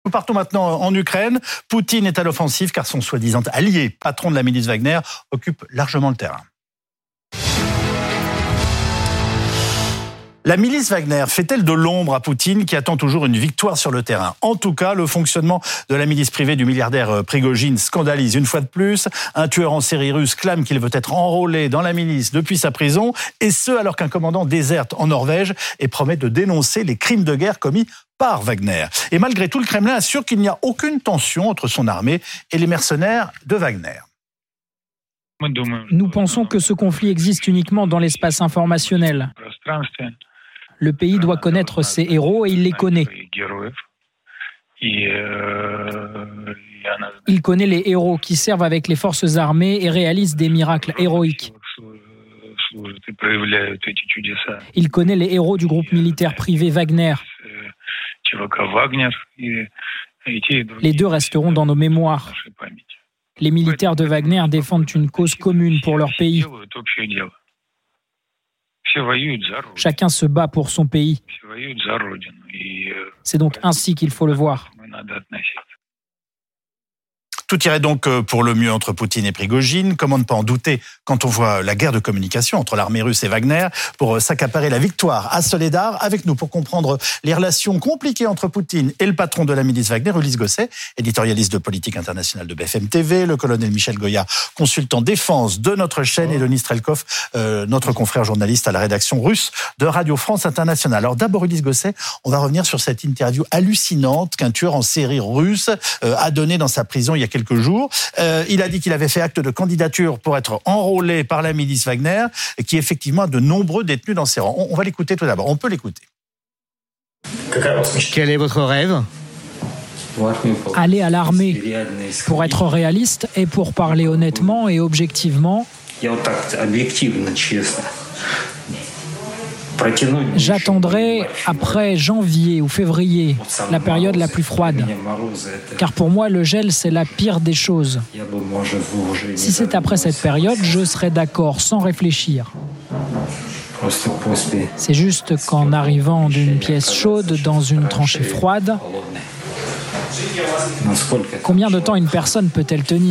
Nous partons maintenant en Ukraine. Poutine est à l'offensive car son soi-disant allié, patron de la milice Wagner, occupe largement le terrain. La milice Wagner fait-elle de l'ombre à Poutine qui attend toujours une victoire sur le terrain ? En tout cas, le fonctionnement de la milice privée du milliardaire Prigojine scandalise une fois de plus. Un tueur en série russe clame qu'il veut être enrôlé dans la milice depuis sa prison, et ce alors qu'un commandant déserte en Norvège et promet de dénoncer les crimes de guerre commis par Wagner. Et malgré tout, le Kremlin assure qu'il n'y a aucune tension entre son armée et les mercenaires de Wagner. Nous pensons que ce conflit existe uniquement dans l'espace informationnel. Le pays doit connaître ses héros et il les connaît. Il connaît les héros qui servent avec les forces armées et réalisent des miracles héroïques. Il connaît les héros du groupe militaire privé Wagner. Les deux resteront dans nos mémoires. Les militaires de Wagner défendent une cause commune pour leur pays. Chacun se bat pour son pays. C'est donc ainsi qu'il faut le voir. Tout irait donc pour le mieux entre Poutine et Prigojine. Comment ne pas en douter quand on voit la guerre de communication entre l'armée russe et Wagner pour s'accaparer la victoire à Soledar. Avec nous pour comprendre les relations compliquées entre Poutine et le patron de la milice Wagner, Ulysse Gosset, éditorialiste de politique internationale de BFM TV, le colonel Michel Goya, consultant défense de notre chaîne, et Denis Strelkov, notre confrère journaliste à la rédaction russe de Radio France Internationale. Alors d'abord, Ulysse Gosset, on va revenir sur cette interview hallucinante qu'un tueur en série russe a donnée dans sa prison il y a quelques jours. Il a dit qu'il avait fait acte de candidature pour être enrôlé par la milice Wagner, qui effectivement a de nombreux détenus dans ses rangs. On va l'écouter tout d'abord. On peut l'écouter. Quel est votre rêve ? Aller à l'armée. Pour être réaliste et pour parler honnêtement et objectivement, j'attendrai après janvier ou février, la période la plus froide. Car pour moi, le gel, c'est la pire des choses. Si c'est après cette période, je serai d'accord sans réfléchir. C'est juste qu'en arrivant d'une pièce chaude dans une tranchée froide, combien de temps une personne peut-elle tenir ?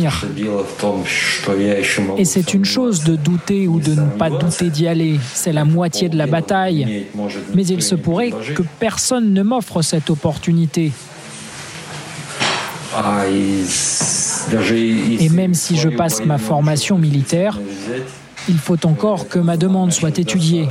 Et c'est une chose de douter ou de ne pas douter d'y aller. C'est la moitié de la bataille. Mais il se pourrait que personne ne m'offre cette opportunité. Et même si je passe ma formation militaire, il faut encore que ma demande soit étudiée.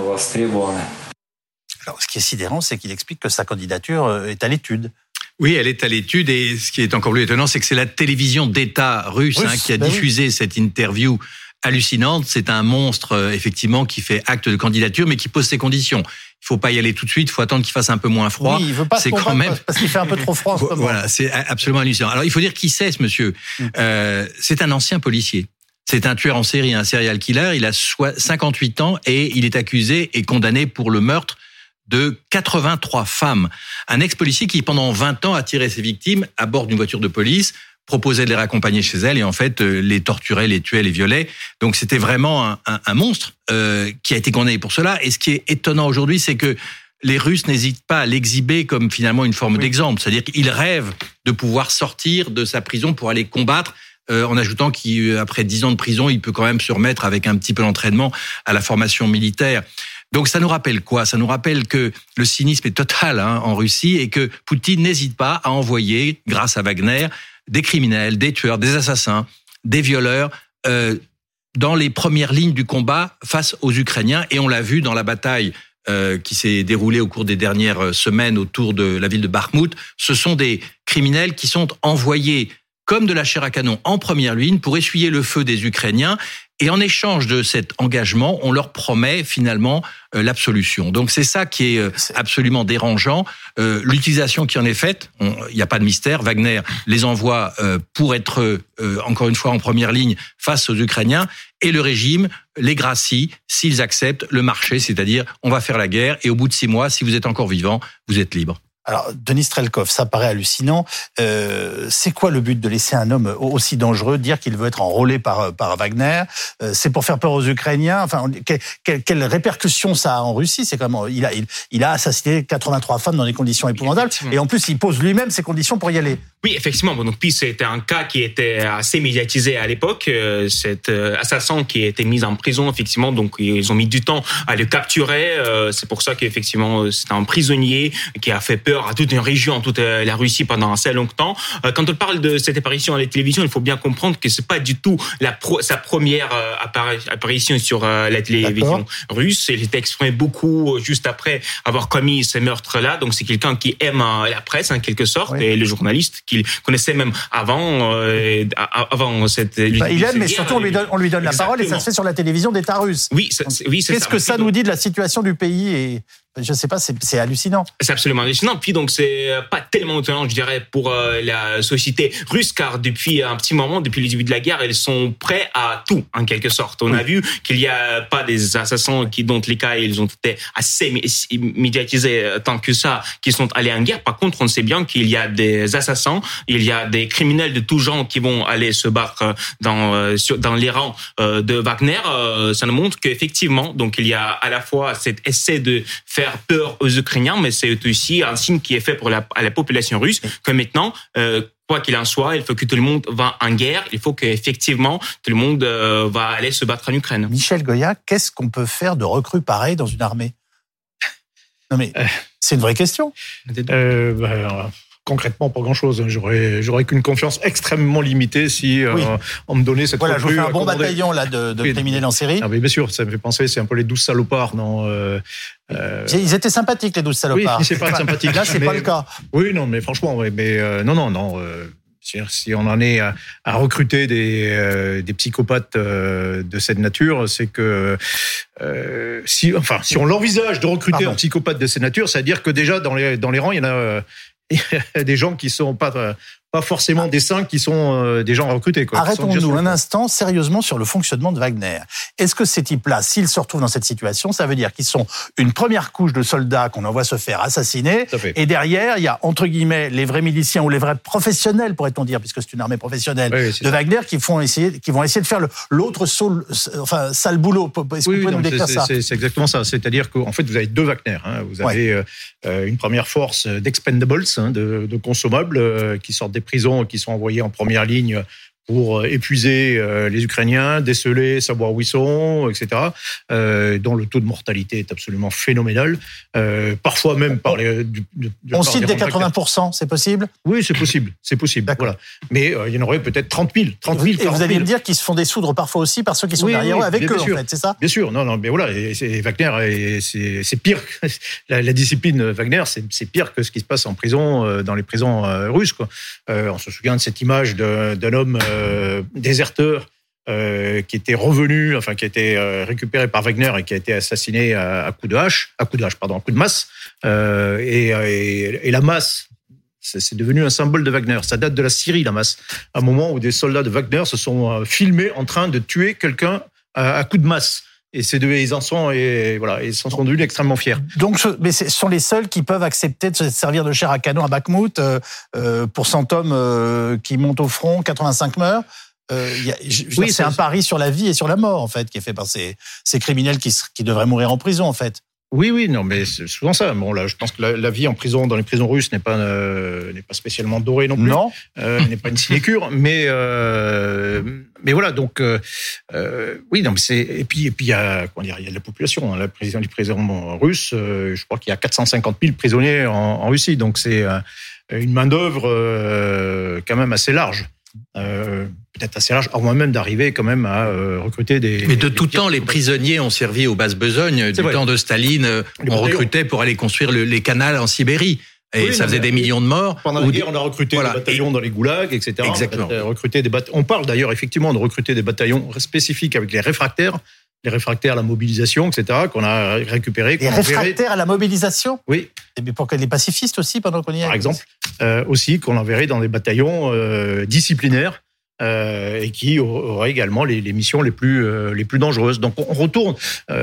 Alors, ce qui est sidérant, c'est qu'il explique que sa candidature est à l'étude. Oui, elle est à l'étude, et ce qui est encore plus étonnant, c'est que c'est la télévision d'État russe qui a diffusé cette interview hallucinante. C'est un monstre, effectivement, qui fait acte de candidature, mais qui pose ses conditions. Il faut pas y aller tout de suite, il faut attendre qu'il fasse un peu moins froid. Oui, il veut pas se combattre parce qu'il fait un peu trop froid en ce moment. Voilà, c'est absolument hallucinant. Alors, il faut dire qui c'est, ce monsieur. C'est un ancien policier. C'est un tueur en série, un serial killer. Il a 58 ans et il est accusé et condamné pour le meurtre de 83 femmes. Un ex-policier qui, pendant 20 ans, a tiré ses victimes à bord d'une voiture de police, proposait de les raccompagner chez elles et en fait les torturait, les tuait, les violait. Donc c'était vraiment un monstre qui a été condamné pour cela. Et ce qui est étonnant aujourd'hui, c'est que les Russes n'hésitent pas à l'exhiber comme finalement une forme d'exemple. C'est-à-dire qu'il rêve de pouvoir sortir de sa prison pour aller combattre, en ajoutant qu'après 10 ans de prison, il peut quand même se remettre avec un petit peu d'entraînement à la formation militaire. Donc ça nous rappelle quoi ? Ça nous rappelle que le cynisme est total en Russie et que Poutine n'hésite pas à envoyer, grâce à Wagner, des criminels, des tueurs, des assassins, des violeurs dans les premières lignes du combat face aux Ukrainiens. Et on l'a vu dans la bataille qui s'est déroulée au cours des dernières semaines autour de la ville de Bakhmout. Ce sont des criminels qui sont envoyés comme de la chair à canon en première ligne pour essuyer le feu des Ukrainiens. Et en échange de cet engagement, on leur promet finalement l'absolution. Donc c'est ça qui est absolument dérangeant. L'utilisation qui en est faite, il n'y a pas de mystère. Wagner les envoie pour être, encore une fois, en première ligne face aux Ukrainiens. Et le régime les gracie s'ils acceptent le marché, c'est-à-dire on va faire la guerre et au bout de 6 mois, si vous êtes encore vivant, vous êtes libre. Alors, Denis Strelkov, ça paraît hallucinant. C'est quoi le but de laisser un homme aussi dangereux dire qu'il veut être enrôlé par Wagner? C'est pour faire peur aux Ukrainiens? Enfin, quelles répercussions ça a en Russie? C'est comment il a assassiné 83 femmes dans des conditions épouvantables. Et en plus, il pose lui-même ses conditions pour y aller. Oui, effectivement. Bon, donc, puis c'était un cas qui était assez médiatisé à l'époque. Cet assassin qui a été mis en prison, effectivement. Donc, ils ont mis du temps à le capturer. C'est pour ça qu'effectivement, c'est un prisonnier qui a fait peur à toute une région, toute la Russie pendant assez longtemps. Quand on parle de cette apparition à la télévision, il faut bien comprendre que c'est pas du tout sa première apparition sur la télévision russe. Il était exprimé beaucoup juste après avoir commis ces meurtres-là. Donc, c'est quelqu'un qui aime la presse, en quelque sorte, et les journalistes qu'il connaissait même avant cette... il aime, mais surtout, on lui donne la parole et ça se fait sur la télévision d'État russe. Oui, c'est Qu'est-ce ça. que ça nous dit de la situation du pays et... Je sais pas, c'est hallucinant. C'est absolument hallucinant. Puis donc c'est pas tellement étonnant, je dirais, pour la société russe, car depuis un petit moment, depuis le début de la guerre, ils sont prêts à tout, en quelque sorte. On a vu qu'il y a pas des assassins dont les cas ils ont été assez médiatisés tant que ça, qui sont allés en guerre. Par contre, on sait bien qu'il y a des assassins, il y a des criminels de tout genre qui vont aller se battre dans les rangs de Wagner. Ça nous montre qu'effectivement, donc il y a à la fois cet essai de faire peur aux Ukrainiens, mais c'est aussi un signe qui est fait à la population russe que maintenant, quoi qu'il en soit, il faut que tout le monde va en guerre. Il faut qu'effectivement tout le monde va aller se battre en Ukraine. Michel Goya, qu'est-ce qu'on peut faire de recrues pareilles dans une armée? Non mais c'est une vraie question. Concrètement, pas grand-chose. J'aurais qu'une confiance extrêmement limitée si on me donnait cette recrue. Voilà, je fais un bon bataillon là de criminels en série. Ah, mais bien sûr, ça me fait penser, c'est un peu les 12 salopards, non Ils étaient sympathiques, les 12 salopards. Oui, c'est pas sympathique. Là, c'est pas le cas. Oui, non, mais franchement, non. Si on en est à recruter des psychopathes de cette nature, c'est que si on l'envisage de recruter un psychopathe de cette nature, c'est-à-dire que déjà dans les rangs, il y a des gens qui sont pas forcément des saints, qui sont des gens recrutés. Arrêtons-nous un instant sérieusement sur le fonctionnement de Wagner. Est-ce que ces types-là, s'ils se retrouvent dans cette situation, ça veut dire qu'ils sont une première couche de soldats qu'on envoie se faire assassiner, et derrière, il y a, entre guillemets, les vrais miliciens ou les vrais professionnels, pourrait-on dire, puisque c'est une armée professionnelle, de Wagner, qui vont essayer de faire l'autre sale boulot. Est-ce que vous pouvez nous décrire ça? C'est exactement ça. C'est-à-dire qu'en fait, vous avez deux Wagner. Vous avez une première force d'expendables, de consommables, qui sortent des prisons, qui sont envoyés en première ligne pour épuiser les Ukrainiens, déceler, savoir où ils sont, etc., dont le taux de mortalité est absolument phénoménal. Parfois même par les... On cite des 80%, c'est possible? Oui, c'est possible. Voilà. Mais il y en aurait peut-être 30 000. Et vous allez me dire qu'ils se font dessoudre parfois aussi par ceux qui sont derrière eux, avec eux, en fait, c'est ça? Bien sûr, non, mais voilà, et Wagner, c'est pire. La discipline Wagner, c'est pire que ce qui se passe en prison, dans les prisons russes, quoi. On se souvient de cette image d'un homme déserteur qui était revenu, qui a été récupéré par Wagner et qui a été assassiné à coup de masse. Et la masse, c'est devenu un symbole de Wagner. Ça date de la Syrie, la masse. À un moment où des soldats de Wagner se sont filmés en train de tuer quelqu'un à coup de masse. Et ils s'en sont devenus extrêmement fiers. Donc, mais ce sont les seuls qui peuvent accepter de se servir de chair à canon à Bakhmout pour 100 hommes qui montent au front, 85 meurent. C'est un pari sur la vie et sur la mort, en fait, qui est fait par ces criminels qui devraient mourir en prison, en fait. Oui, non, mais c'est souvent ça. Bon, là, je pense que la vie en prison, dans les prisons russes, n'est pas spécialement dorée non plus. Non. N'est pas une sinécure, mais voilà. Donc, oui, non, mais et puis il y a la population. Hein, les prisons russes, je crois qu'il y a 450 000 prisonniers en Russie. Donc c'est une main d'œuvre quand même assez large. Peut-être assez large, avant même d'arriver quand même à recruter des... Mais de tout temps, les prisonniers ont servi aux basses besognes. Du temps de Staline, on recrutait pour aller construire les canals en Sibérie. Et ça faisait des millions de morts. Pendant la guerre, on a recruté des bataillons dans les goulags, etc. Exactement. On parle d'ailleurs effectivement de recruter des bataillons spécifiques avec les réfractaires à la mobilisation, etc., qu'on a récupérés. Les réfractaires à la mobilisation? Oui. Mais pour les pacifistes aussi, pendant qu'on y est? Par exemple, aussi qu'on enverrait dans des bataillons disciplinaires et qui aurait également les missions les plus dangereuses. Donc on retourne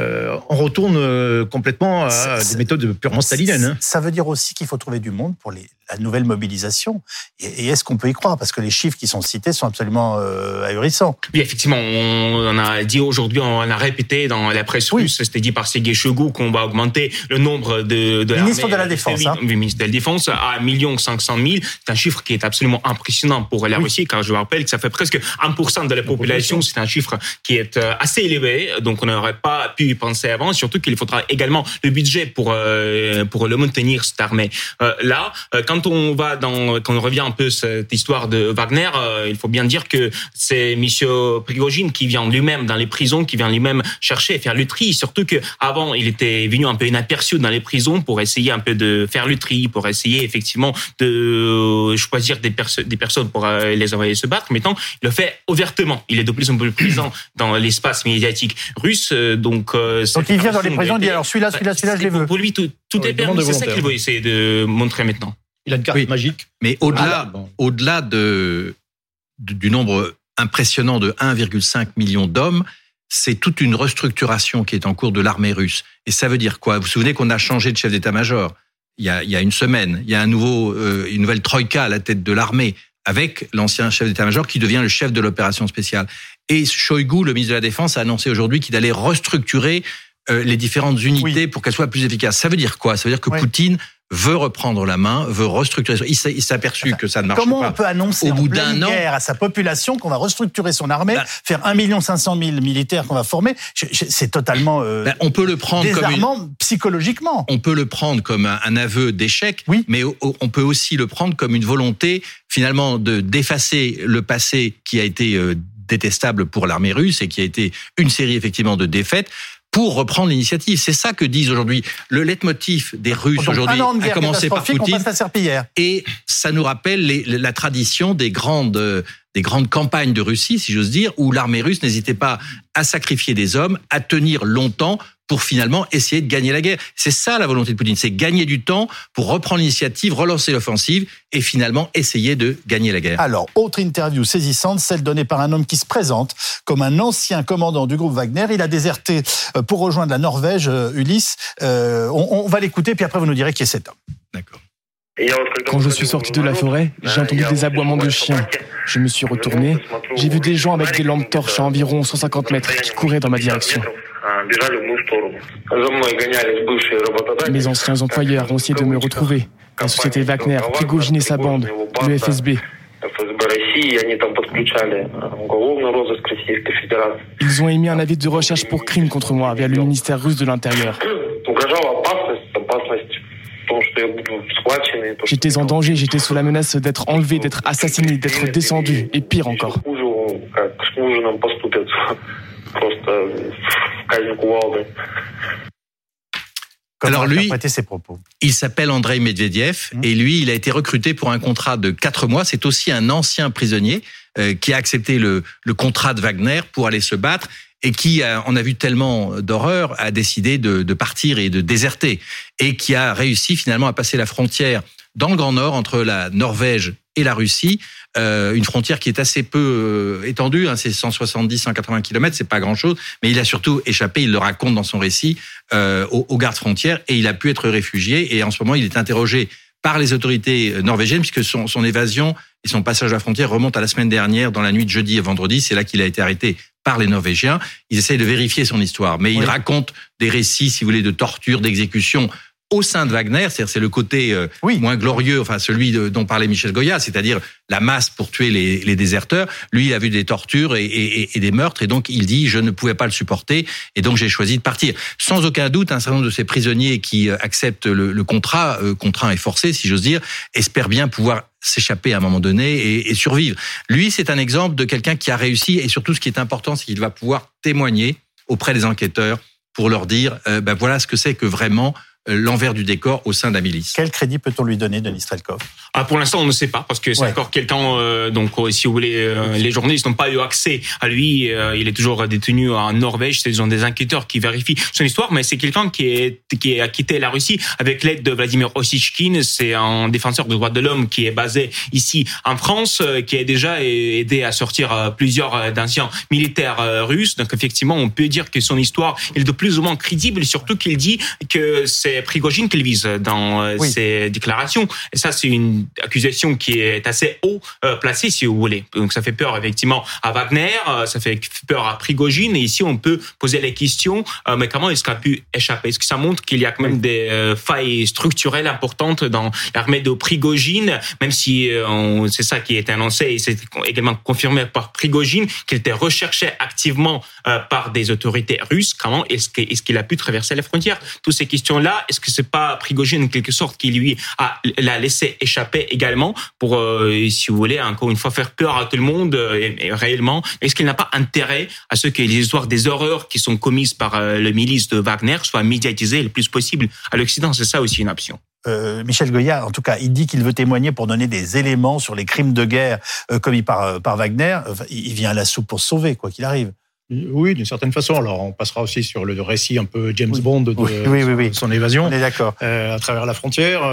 complètement à des méthodes purement staliniennes. Ça veut dire aussi qu'il faut trouver du monde pour la nouvelle mobilisation. Et est-ce qu'on peut y croire? Parce que les chiffres qui sont cités sont absolument ahurissants. Oui, effectivement, on a dit aujourd'hui, on a répété dans la presse russe, c'était dit par Sergei Shoigu qu'on va augmenter le nombre de ministre de la Défense. Oui, ministre de la Défense à 1 500 000. C'est un chiffre qui est absolument impressionnant pour la Russie, car je vous rappelle que ça fait presque 1% de la population. C'est un chiffre qui est assez élevé, donc on n'aurait pas pu y penser avant, surtout qu'il faudra également le budget pour le maintenir, cette armée. Là, quand on revient un peu cette histoire de Wagner, il faut bien dire que c'est monsieur Prigojine qui vient lui-même dans les prisons, qui vient lui-même chercher et faire le tri, surtout que avant il était venu un peu inaperçu dans les prisons pour essayer un peu de faire le tri, pour essayer effectivement de choisir des personnes pour les envoyer se battre. Maintenant, il le fait ouvertement. Il est de plus en plus présent dans l'espace médiatique russe. Donc il vient dans les prisons, il dit alors celui-là, je les veux. Pour lui, tout est permis. C'est ça qu'il veut essayer de montrer maintenant. Il a une carte magique. Mais au-delà du nombre impressionnant de 1,5 million d'hommes, c'est toute une restructuration qui est en cours de l'armée russe. Et ça veut dire quoi? Vous vous souvenez qu'on a changé de chef d'état-major il y a une semaine. Il y a une nouvelle troïka à la tête de l'armée, avec l'ancien chef d'état-major qui devient le chef de l'opération spéciale. Et Shoigu, le ministre de la Défense, a annoncé aujourd'hui qu'il allait restructurer les différentes unités pour qu'elles soient plus efficaces. Ça veut dire quoi? Ça veut dire que Poutine veut reprendre la main, veut restructurer. Il s'est aperçu que ça ne marche pas. Comment on peut annoncer au bout en pleine guerre à sa population qu'on va restructurer son armée, faire 1 500 000 militaires qu'on va former? C'est totalement on peut le prendre désarmant psychologiquement. On peut le prendre comme un aveu d'échec, mais on peut aussi le prendre comme une volonté finalement d'effacer le passé qui a été détestable pour l'armée russe et qui a été une série effectivement de défaites, pour reprendre l'initiative. C'est ça que disent aujourd'hui. Le leitmotiv des Russes aujourd'hui a commencé par Poutine. Et ça nous rappelle la tradition des grandes campagnes de Russie, si j'ose dire, où l'armée russe n'hésitait pas à sacrifier des hommes, à tenir longtemps pour finalement essayer de gagner la guerre. C'est ça la volonté de Poutine, c'est gagner du temps pour reprendre l'initiative, relancer l'offensive et finalement essayer de gagner la guerre. Alors, autre interview saisissante, celle donnée par un homme qui se présente comme un ancien commandant du groupe Wagner. Il a déserté pour rejoindre la Norvège, Ulysse. On va l'écouter, puis après vous nous direz qui est cet homme. D'accord. Quand je suis sorti de la forêt, j'ai entendu des aboiements de chiens. Je me suis retourné, j'ai vu des gens avec des lampes torches à environ 150 mètres qui couraient dans ma direction. Mes anciens employeurs ont essayé de me retrouver. La société Wagner, Prigojine et sa bande, le FSB. Ils ont émis un avis de recherche pour crime contre moi via le ministère russe de l'Intérieur. J'étais en danger, j'étais sous la menace d'être enlevé, d'être assassiné, d'être descendu, et pire encore. Alors lui, il s'appelle Andrei Medvedev et lui, il a été recruté pour un contrat de 4 mois. C'est aussi un ancien prisonnier qui a accepté le contrat de Wagner pour aller se battre et qui en a vu tellement d'horreur, a décidé de partir et de déserter et qui a réussi finalement à passer la frontière dans le Grand Nord entre la Norvège et la Russie, une frontière qui est assez peu étendue, c'est 170-180 km, c'est pas grand-chose, mais il a surtout échappé, il le raconte dans son récit, aux gardes frontières et il a pu être réfugié et en ce moment il est interrogé par les autorités norvégiennes puisque son évasion et son passage à la frontière remontent à la semaine dernière, dans la nuit de jeudi à vendredi, c'est là qu'il a été arrêté par les Norvégiens. Ils essayent de vérifier son histoire, mais il raconte des récits, si vous voulez, de torture, d'exécution au sein de Wagner, c'est le côté moins glorieux, celui dont parlait Michel Goya, c'est-à-dire la masse pour tuer les déserteurs. Lui, il a vu des tortures et des meurtres, et donc il dit « je ne pouvais pas le supporter, et donc j'ai choisi de partir ». Sans aucun doute, un certain nombre de ces prisonniers qui acceptent le contrat, contraint et forcé, si j'ose dire, espèrent bien pouvoir s'échapper à un moment donné et survivre. Lui, c'est un exemple de quelqu'un qui a réussi, et surtout, ce qui est important, c'est qu'il va pouvoir témoigner auprès des enquêteurs pour leur dire voilà ce que c'est que vraiment l'envers du décor au sein de la milice. Quel crédit peut-on lui donner, Denis Strelkov ? Pour l'instant, on ne sait pas, parce que c'est encore quelqu'un, si vous voulez, les journalistes n'ont pas eu accès à lui. Il est toujours détenu en Norvège. Ce sont des enquêteurs qui vérifient son histoire, mais c'est quelqu'un qui a quitté la Russie avec l'aide de Vladimir Ossichkin. C'est un défenseur des droits de l'homme qui est basé ici en France, qui a déjà aidé à sortir plusieurs d'anciens militaires russes. Donc effectivement, on peut dire que son histoire est de plus ou moins crédible, surtout qu'il dit que c'est Prigojine qu'il vise dans ses déclarations. Et ça, c'est une accusation qui est assez haut placée, si vous voulez. Donc ça fait peur effectivement à Wagner, ça fait peur à Prigojine. Et ici, on peut poser les questions, mais comment est-ce qu'il a pu échapper ? Est-ce que ça montre qu'il y a quand même des failles structurelles importantes dans l'armée de Prigojine, même si c'est ça qui est annoncé et c'est également confirmé par Prigojine, qu'il était recherché activement par des autorités russes. Comment est-ce qu'il a pu traverser les frontières ? Toutes ces questions-là, est-ce que c'est pas Prigojine en quelque sorte qui lui l'a laissé échapper également pour, si vous voulez, encore une fois faire peur à tout le monde et réellement, est-ce qu'il n'a pas intérêt à ce que les histoires des horreurs qui sont commises par le milice de Wagner soient médiatisées le plus possible à l'Occident ? C'est ça aussi une option. Michel Goya, en tout cas, il dit qu'il veut témoigner pour donner des éléments sur les crimes de guerre commis par Wagner. Il vient à la soupe pour se sauver, quoi qu'il arrive. Oui, d'une certaine façon. Alors, on passera aussi sur le récit un peu James Bond de son évasion. On est d'accord. À travers la frontière.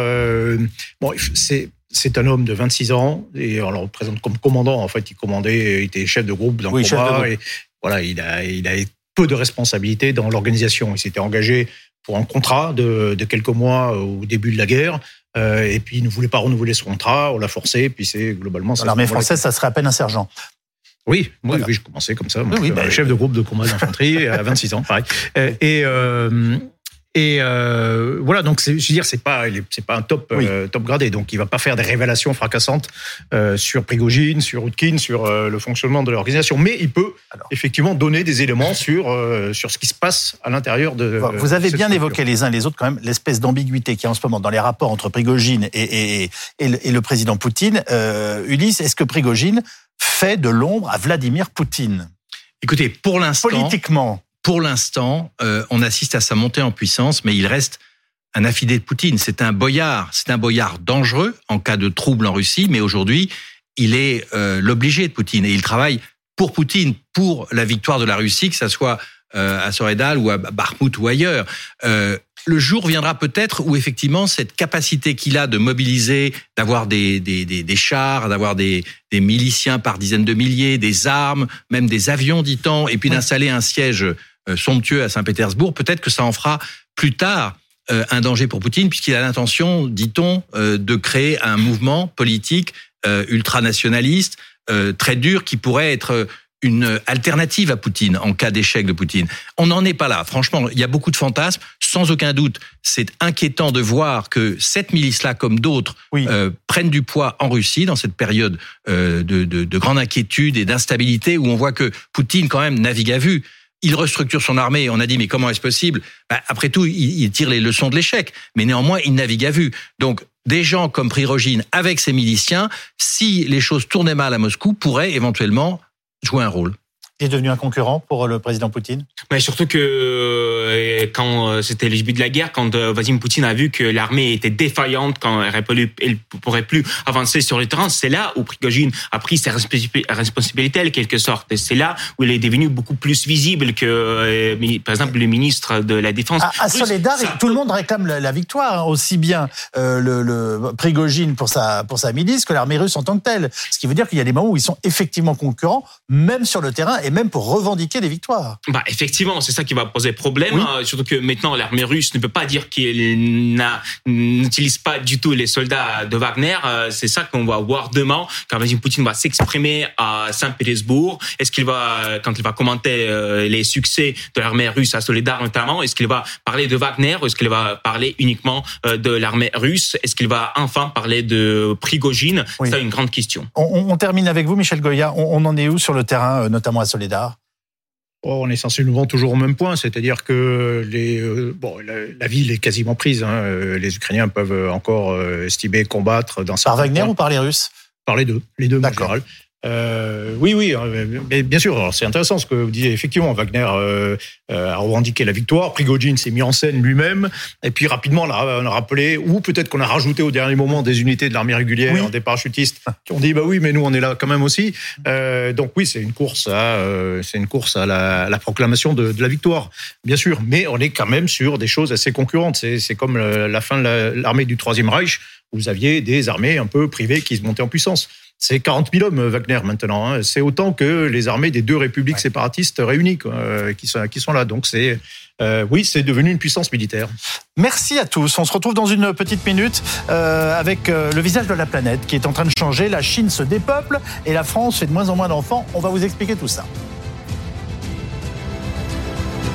C'est un homme de 26 ans et on le représente comme commandant. En fait, il était chef de groupe dans le combat. Et voilà, il a peu de responsabilités dans l'organisation. Il s'était engagé pour un contrat de quelques mois au début de la guerre. Et puis, il ne voulait pas renouveler ce contrat. On l'a forcé. Puis c'est globalement... Dans l'armée française, ça serait à peine un sergent. Oui, je commençais comme ça. Chef de groupe de combat d'infanterie à 26 ans, pareil. Voilà, donc c'est pas un top gradé, donc il va pas faire des révélations fracassantes sur Prigojine, sur Utkin, sur le fonctionnement de l'organisation, mais il peut effectivement donner des éléments sur ce qui se passe à l'intérieur de. Vous avez bien évoqué les uns les autres quand même l'espèce d'ambiguïté qu'il y a en ce moment dans les rapports entre Prigojine et le président Poutine. Ulysse, est-ce que Prigojine fait de l'ombre à Vladimir Poutine ? Écoutez, pour l'instant, on assiste à sa montée en puissance, mais il reste un affidé de Poutine. C'est un boyard dangereux en cas de trouble en Russie, mais aujourd'hui, il est l'obligé de Poutine et il travaille pour Poutine, pour la victoire de la Russie, que ça soit à Soledar ou à Bakhmout ou ailleurs. Le jour viendra peut-être où effectivement cette capacité qu'il a de mobiliser, d'avoir des chars, d'avoir des miliciens par dizaines de milliers, des armes, même des avions, dit-on, et puis d'installer un siège somptueux à Saint-Pétersbourg, peut-être que ça en fera plus tard un danger pour Poutine, puisqu'il a l'intention, dit-on, de créer un mouvement politique ultranationaliste, très dur, qui pourrait être une alternative à Poutine en cas d'échec de Poutine. On n'en est pas là. Franchement, il y a beaucoup de fantasmes. Sans aucun doute, c'est inquiétant de voir que cette milice-là, comme d'autres, prennent du poids en Russie dans cette période de grande inquiétude et d'instabilité où on voit que Poutine, quand même, navigue à vue. Il restructure son armée. On a dit, mais comment est-ce possible ? Après tout, il tire les leçons de l'échec. Mais néanmoins, il navigue à vue. Donc, des gens comme Prigojine, avec ses miliciens, si les choses tournaient mal à Moscou, pourraient éventuellement jouer un rôle. Il est devenu un concurrent pour le président Poutine ? Mais surtout que quand c'était le début de la guerre, quand Vladimir Poutine a vu que l'armée était défaillante, quand elle pourrait plus avancer sur le terrain, c'est là où Prigojine a pris ses responsabilités en quelque sorte. Et c'est là où il est devenu beaucoup plus visible que, par exemple, le ministre de la Défense. À Soledar, tout le monde réclame la victoire, aussi bien le Prigojine pour sa milice que l'armée russe en tant que telle. Ce qui veut dire qu'il y a des moments où ils sont effectivement concurrents, même sur le terrain, et même pour revendiquer des victoires. Effectivement, c'est ça qui va poser problème, surtout que maintenant l'armée russe ne peut pas dire qu'elle n'utilise pas du tout les soldats de Wagner. C'est ça qu'on va voir demain quand Vladimir Poutine va s'exprimer à Saint-Pétersbourg. Est-ce qu'il va, quand il va commenter les succès de l'armée russe à Soledar notamment, est-ce qu'il va parler de Wagner ou est-ce qu'il va parler uniquement de l'armée russe ? Est-ce qu'il va enfin parler de Prigojine ? C'est une grande question. On termine avec vous, Michel Goya. On en est où sur le terrain, notamment à Soledar ? On est sensiblement toujours au même point, c'est-à-dire que la ville est quasiment prise. Les Ukrainiens peuvent encore estimer combattre dans par Wagner ou par les Russes ? Par les deux en général. Oui, mais bien sûr. Alors, c'est intéressant ce que vous disiez. Effectivement, Wagner a revendiqué la victoire. Prigojine s'est mis en scène lui-même. Et puis rapidement, on a rappelé, ou peut-être qu'on a rajouté au dernier moment des unités de l'armée régulière, des parachutistes, qui ont dit bah oui, mais nous on est là quand même aussi. Donc oui, c'est une course à la proclamation de la victoire, bien sûr. Mais on est quand même sur des choses assez concurrentes. C'est comme la fin de l'armée du Troisième Reich. Vous aviez des armées un peu privées qui se montaient en puissance. C'est 40 000 hommes, Wagner, maintenant. Hein. C'est autant que les armées des deux républiques séparatistes réunies qui sont là. Donc, c'est devenu une puissance militaire. Merci à tous. On se retrouve dans une petite minute avec le visage de la planète qui est en train de changer. La Chine se dépeuple et la France fait de moins en moins d'enfants. On va vous expliquer tout ça.